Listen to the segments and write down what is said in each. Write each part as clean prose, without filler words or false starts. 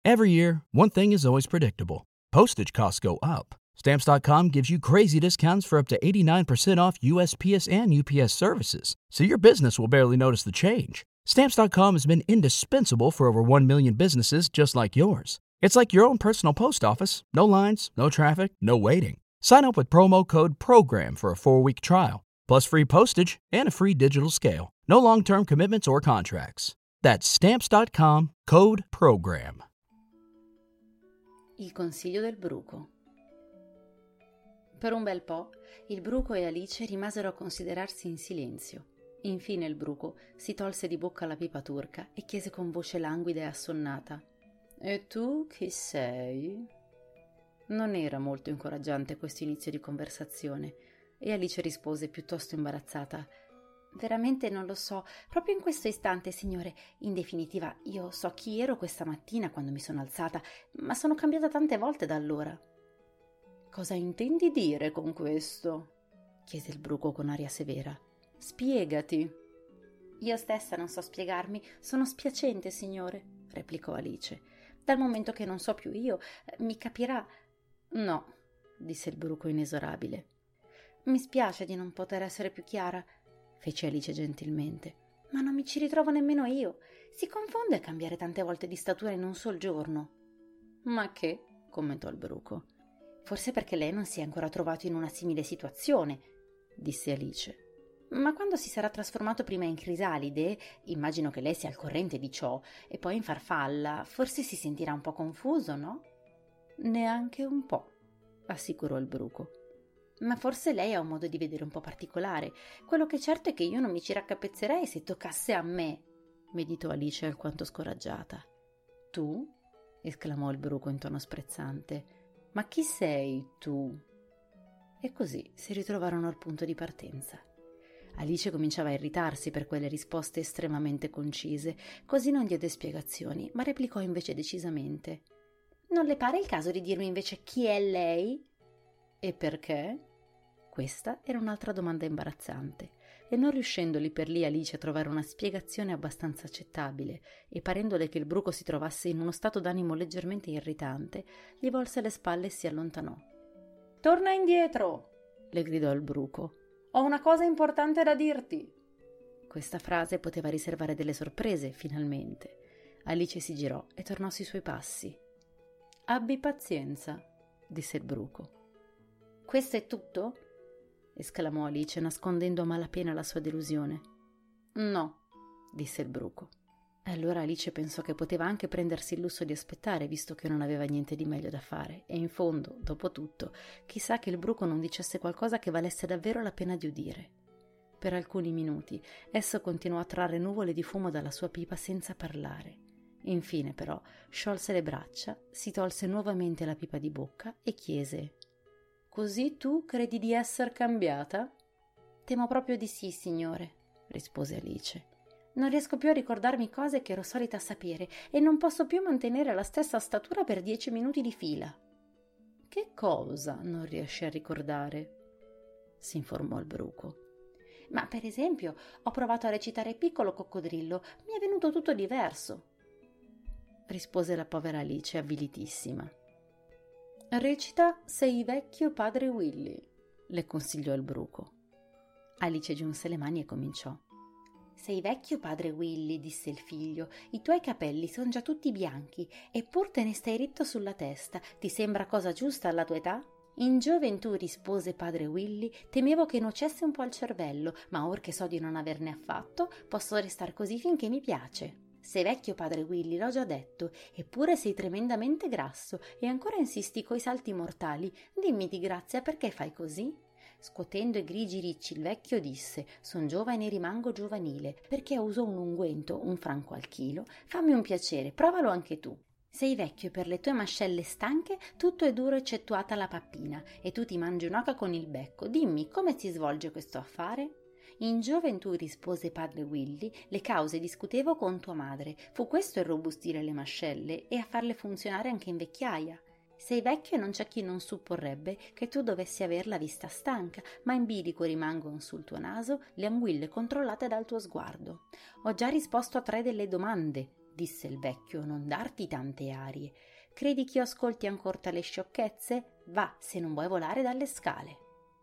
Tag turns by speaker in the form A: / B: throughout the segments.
A: Every year, one thing is always predictable. Postage costs go up. Stamps.com gives you crazy discounts for up to 89% off USPS and UPS services, so your business will barely notice the change. Stamps.com has been indispensable for over 1 million businesses just like yours. It's like your own personal post office. No lines, no traffic, no waiting. Sign up with promo code PROGRAM for a 4-week trial, plus free postage and a free digital scale. No long-term commitments or contracts. That's Stamps.com, code PROGRAM.
B: Il consiglio del bruco. Per un bel po', il bruco e Alice rimasero a considerarsi in silenzio. Infine il bruco si tolse di bocca la pipa turca e chiese con voce languida e assonnata: «E tu chi sei?» Non era molto incoraggiante questo inizio di conversazione e Alice rispose piuttosto imbarazzata: «Veramente non lo so, proprio in questo istante, signore. In definitiva, io so chi ero questa mattina quando mi sono alzata, ma sono cambiata tante volte da allora». «Cosa intendi dire con questo?» chiese il bruco con aria severa. «Spiegati». «Io stessa non so spiegarmi, sono spiacente, signore», replicò Alice. «Dal momento che non so più io, mi capirà». «No», disse il bruco inesorabile. «Mi spiace di non poter essere più chiara», fece Alice gentilmente, «ma non mi ci ritrovo nemmeno io. Si confonde cambiare tante volte di statura in un sol giorno». «Ma che?» commentò il bruco. «Forse perché lei non si è ancora trovato in una simile situazione», disse Alice. «Ma quando si sarà trasformato prima in crisalide, immagino che lei sia al corrente di ciò, e poi in farfalla, forse si sentirà un po' confuso, no?» «Neanche un po'», assicurò il bruco. «Ma forse lei ha un modo di vedere un po' particolare. Quello che è certo è che io non mi ci raccapezzerei se toccasse a me», meditò Alice alquanto scoraggiata. «Tu?» esclamò il bruco in tono sprezzante. «Ma chi sei tu?» E così si ritrovarono al punto di partenza. Alice cominciava a irritarsi per quelle risposte estremamente concise, così non diede spiegazioni, ma replicò invece decisamente: «Non le pare il caso di dirmi invece chi è lei?» «E perché?» Questa era un'altra domanda imbarazzante, e non riuscendo lì per lì Alice a trovare una spiegazione abbastanza accettabile, e parendole che il bruco si trovasse in uno stato d'animo leggermente irritante, gli volse le spalle e si allontanò. «Torna indietro!» le gridò il bruco. «Ho una cosa importante da dirti!» Questa frase poteva riservare delle sorprese, finalmente. Alice si girò e tornò sui suoi passi. «Abbi pazienza», disse il bruco. «Questo è tutto?» esclamò Alice, nascondendo a malapena la sua delusione. «No», disse il bruco. Allora Alice pensò che poteva anche prendersi il lusso di aspettare, visto che non aveva niente di meglio da fare, e in fondo, dopo tutto, chissà che il bruco non dicesse qualcosa che valesse davvero la pena di udire. Per alcuni minuti esso continuò a trarre nuvole di fumo dalla sua pipa senza parlare. Infine, però, sciolse le braccia, si tolse nuovamente la pipa di bocca e chiese: «Così tu credi di esser cambiata?» «Temo proprio di sì, signore», rispose Alice. «Non riesco più a ricordarmi cose che ero solita sapere e non posso più mantenere la stessa statura per 10 minuti di fila». «Che cosa non riesci a ricordare?» si informò il bruco. «Ma per esempio ho provato a recitare Piccolo Coccodrillo, mi è venuto tutto diverso», rispose la povera Alice avvilitissima. «Recita Sei vecchio padre Willy», le consigliò il bruco. Alice giunse le mani e cominciò. «Sei vecchio padre Willy», disse il figlio, «i tuoi capelli sono già tutti bianchi, eppur te ne stai ritto sulla testa. Ti sembra cosa giusta alla tua età?» «In gioventù», rispose padre Willy, «temevo che nuocesse un po' il cervello, ma or che so di non averne affatto, posso restar così finché mi piace». «Sei vecchio padre Willy, l'ho già detto, eppure sei tremendamente grasso e ancora insisti coi salti mortali. Dimmi di grazia, perché fai così?» Scuotendo i grigi ricci il vecchio disse: «Son giovane e rimango giovanile, perché uso un unguento, 1 franco al chilo. Fammi un piacere, provalo anche tu. Sei vecchio e per le tue mascelle stanche tutto è duro eccettuata la pappina, e tu ti mangi un'oca con il becco. Dimmi, come si svolge questo affare?» «In gioventù», rispose padre Willy, «le cause discutevo con tua madre. Fu questo a irrobustire le mascelle e a farle funzionare anche in vecchiaia. Sei vecchio e non c'è chi non supporrebbe che tu dovessi aver la vista stanca, ma in bilico rimangono sul tuo naso le anguille controllate dal tuo sguardo. Ho già risposto a 3 delle domande», disse il vecchio, non darti tante arie. Credi che io ascolti ancora tale sciocchezze? Va, se non vuoi volare dalle scale.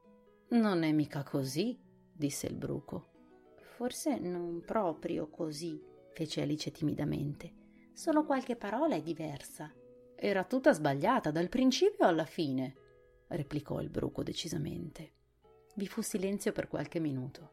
B: Non è mica così, disse il bruco. Forse non proprio così, fece Alice timidamente. Solo qualche parola è diversa. Era tutta sbagliata dal principio alla fine, replicò il bruco decisamente. Vi fu silenzio per qualche minuto.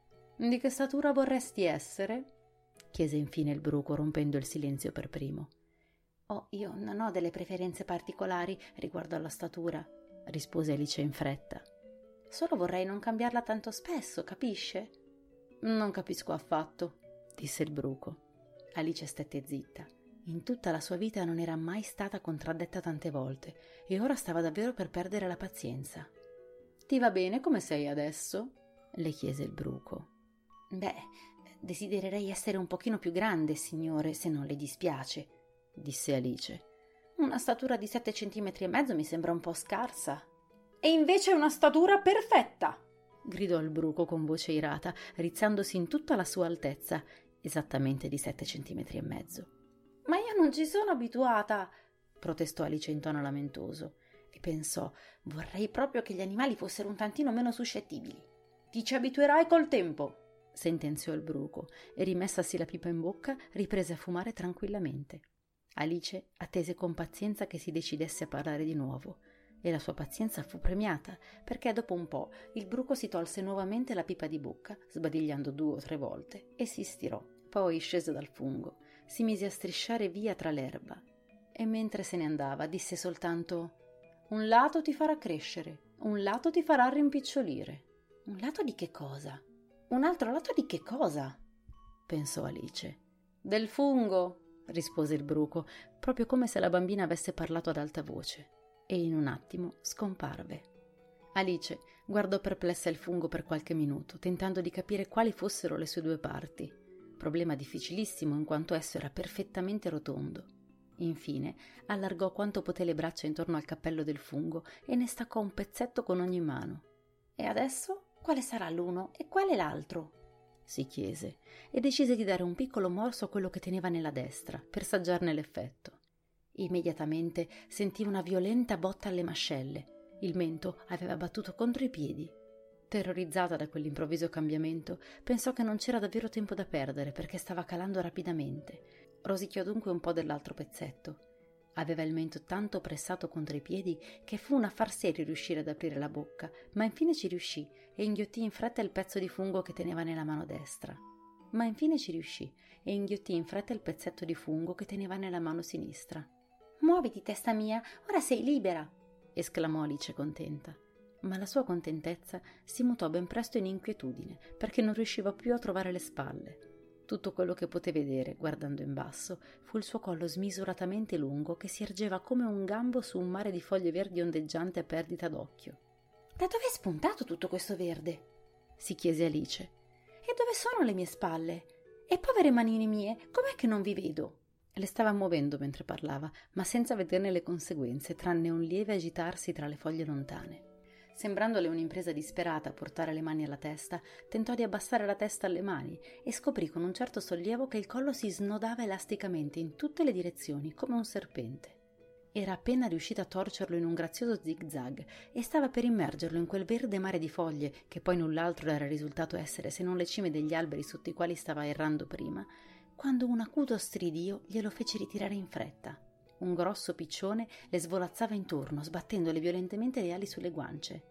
B: Di che statura vorresti essere? Chiese infine il bruco, rompendo il silenzio per primo. Oh, io non ho delle preferenze particolari riguardo alla statura, rispose Alice in fretta. Solo vorrei non cambiarla tanto spesso, capisce? Non capisco affatto, disse il bruco. Alice stette zitta. In tutta la sua vita non era mai stata contraddetta tante volte e ora stava davvero per perdere la pazienza. Ti va bene come sei adesso? Le chiese il bruco. Beh, desidererei essere un pochino più grande, signore, se non le dispiace, disse Alice. Una statura di 7,5 cm mi sembra un po' scarsa. E invece è una statura perfetta, gridò il bruco con voce irata, rizzandosi in tutta la sua altezza, esattamente di 7,5 cm. Ma io non ci sono abituata, protestò Alice in tono lamentoso, e pensò, vorrei proprio che gli animali fossero un tantino meno suscettibili. Ti ci abituerai col tempo, sentenziò il bruco, e rimessasi la pipa in bocca riprese a fumare tranquillamente. Alice attese con pazienza che si decidesse a parlare di nuovo, e la sua pazienza fu premiata, perché dopo un po' il bruco si tolse nuovamente la pipa di bocca, sbadigliando 2 o 3 volte, e si stirò. Poi scese dal fungo, si mise a strisciare via tra l'erba, e mentre se ne andava disse soltanto: un lato ti farà crescere, un lato ti farà rimpicciolire. Un lato di che cosa? Un altro lato di che cosa? Pensò Alice. Del fungo, rispose il bruco, proprio come se la bambina avesse parlato ad alta voce, e in un attimo scomparve. Alice guardò perplessa il fungo per qualche minuto, tentando di capire quali fossero le sue 2 parti. Problema difficilissimo in quanto esso era perfettamente rotondo. Infine allargò quanto poté le braccia intorno al cappello del fungo e ne staccò un pezzetto con ogni mano. E adesso quale sarà l'uno e quale l'altro? Si chiese, e decise di dare un piccolo morso a quello che teneva nella destra, per saggiarne l'effetto. Immediatamente sentì una violenta botta alle mascelle. Il mento aveva battuto contro i piedi. Terrorizzata da quell'improvviso cambiamento, pensò che non c'era davvero tempo da perdere perché stava calando rapidamente. Rosicchiò dunque un po' dell'altro pezzetto. Aveva il mento tanto pressato contro i piedi che fu un affar serio riuscire ad aprire la bocca, ma infine ci riuscì e inghiottì in fretta il pezzo di fungo che teneva nella mano destra. Ma infine ci riuscì e inghiottì in fretta il pezzetto di fungo che teneva nella mano sinistra. «Muoviti, testa mia, ora sei libera!» esclamò Alice contenta. Ma la sua contentezza si mutò ben presto in inquietudine, perché non riusciva più a trovare le spalle. Tutto quello che poté vedere, guardando in basso, fu il suo collo smisuratamente lungo che si ergeva come un gambo su un mare di foglie verdi ondeggiante a perdita d'occhio. «Da dove è spuntato tutto questo verde?» si chiese Alice. «E dove sono le mie spalle? E povere manine mie, com'è che non vi vedo?» Le stava muovendo mentre parlava, ma senza vederne le conseguenze, tranne un lieve agitarsi tra le foglie lontane. Sembrandole un'impresa disperata portare le mani alla testa, tentò di abbassare la testa alle mani e scoprì con un certo sollievo che il collo si snodava elasticamente in tutte le direzioni, come un serpente. Era appena riuscita a torcerlo in un grazioso zig-zag e stava per immergerlo in quel verde mare di foglie, che poi null'altro era risultato essere se non le cime degli alberi sotto i quali stava errando prima, quando un acuto stridio glielo fece ritirare in fretta. Un grosso piccione le svolazzava intorno, sbattendole violentemente le ali sulle guance.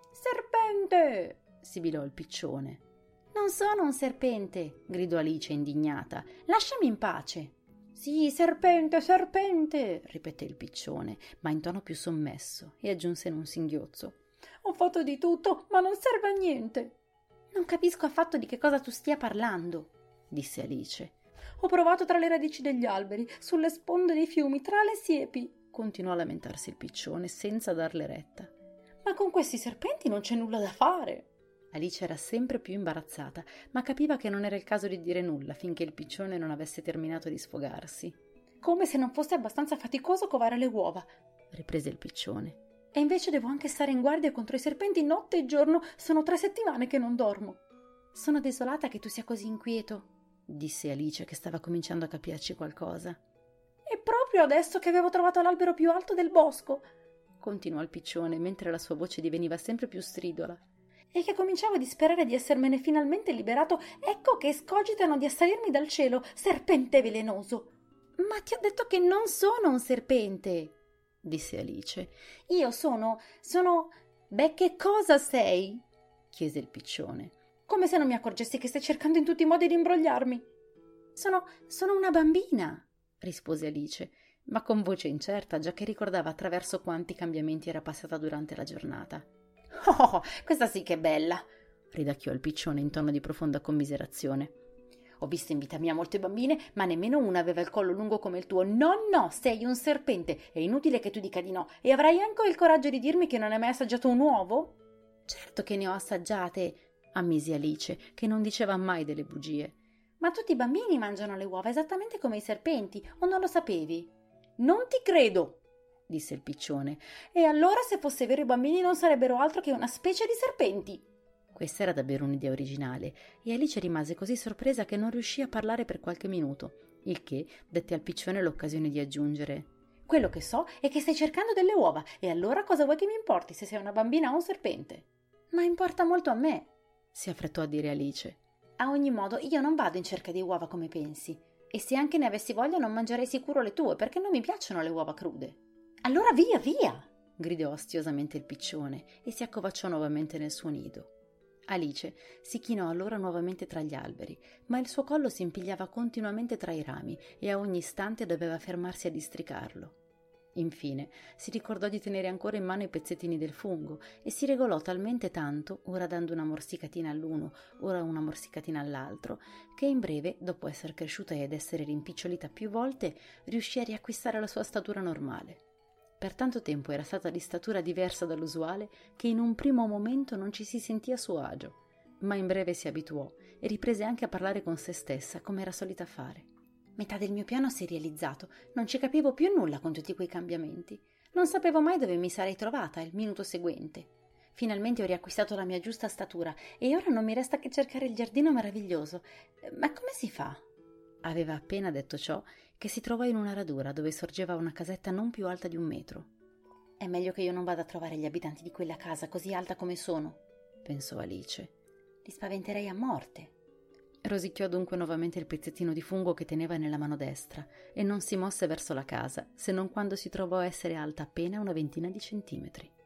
B: «Serpente!» sibilò il piccione. «Non sono un serpente!» gridò Alice indignata. «Lasciami in pace!» «Sì, serpente, serpente!» ripeté il piccione, ma in tono più sommesso, e aggiunse in un singhiozzo. «Ho fatto di tutto, ma non serve a niente!» «Non capisco affatto di che cosa tu stia parlando!» disse Alice. «Ho provato tra le radici degli alberi, sulle sponde dei fiumi, tra le siepi!» continuò a lamentarsi il piccione, senza darle retta. «Ma con questi serpenti non c'è nulla da fare!» Alice era sempre più imbarazzata, ma capiva che non era il caso di dire nulla finché il piccione non avesse terminato di sfogarsi. «Come se non fosse abbastanza faticoso covare le uova!» riprese il piccione. «E invece devo anche stare in guardia contro i serpenti notte e giorno, sono 3 settimane che non dormo!» «Sono desolata che tu sia così inquieto!» disse Alice, che stava cominciando a capirci qualcosa. «È proprio adesso che avevo trovato l'albero più alto del bosco», continuò il piccione, mentre la sua voce diveniva sempre più stridola, «e che cominciavo a disperare di essermene finalmente liberato, ecco che escogitano di assalirmi dal cielo, serpente velenoso!» «Ma ti ho detto che non sono un serpente», disse Alice. «Io sono... Beh, che cosa sei?» chiese il piccione. «Come se non mi accorgessi che stai cercando in tutti i modi di imbrogliarmi!» Sono una bambina», rispose Alice, ma con voce incerta, già che ricordava attraverso quanti cambiamenti era passata durante la giornata. «Oh, questa sì che è bella!» ridacchiò il piccione in tono di profonda commiserazione. «Ho visto in vita mia molte bambine, ma nemmeno una aveva il collo lungo come il tuo. No, sei un serpente, è inutile che tu dica di no. E avrai anche il coraggio di dirmi che non hai mai assaggiato un uovo?» «Certo che ne ho assaggiate», ammise Alice, che non diceva mai delle bugie. «Ma tutti i bambini mangiano le uova esattamente come i serpenti, o non lo sapevi?» «Non ti credo», disse il piccione. «E allora, se fosse vero, i bambini non sarebbero altro che una specie di serpenti!» Questa era davvero un'idea originale, e Alice rimase così sorpresa che non riuscì a parlare per qualche minuto, il che dette al piccione l'occasione di aggiungere: «Quello che so è che stai cercando delle uova, e allora cosa vuoi che mi importi se sei una bambina o un serpente?» «Ma importa molto a me», si affrettò a dire Alice. «A ogni modo, io non vado in cerca di uova come pensi, e se anche ne avessi voglia non mangerei sicuro le tue, perché non mi piacciono le uova crude». «Allora via!» gridò astiosamente il piccione e si accovacciò nuovamente nel suo nido. Alice si chinò allora nuovamente tra gli alberi, ma il suo collo si impigliava continuamente tra i rami e a ogni istante doveva fermarsi a districarlo. Infine si ricordò di tenere ancora in mano i pezzettini del fungo e si regolò talmente tanto, ora dando una morsicatina all'uno, ora una morsicatina all'altro, che in breve, dopo essere cresciuta ed essere rimpicciolita più volte, riuscì a riacquistare la sua statura normale. Per tanto tempo era stata di statura diversa dall'usuale che in un primo momento non ci si sentì a suo agio, ma in breve si abituò e riprese anche a parlare con se stessa come era solita fare. «Metà del mio piano si è realizzato, non ci capivo più nulla con tutti quei cambiamenti. Non sapevo mai dove mi sarei trovata il minuto seguente. Finalmente ho riacquistato la mia giusta statura e ora non mi resta che cercare il giardino meraviglioso. Ma come si fa?» Aveva appena detto ciò che si trovò in una radura dove sorgeva una casetta non più alta di 1 metro. «È meglio che io non vada a trovare gli abitanti di quella casa così alta come sono», pensò Alice. «Li spaventerei a morte». Rosicchiò dunque nuovamente il pezzettino di fungo che teneva nella mano destra e non si mosse verso la casa, se non quando si trovò essere alta appena una ventina di centimetri.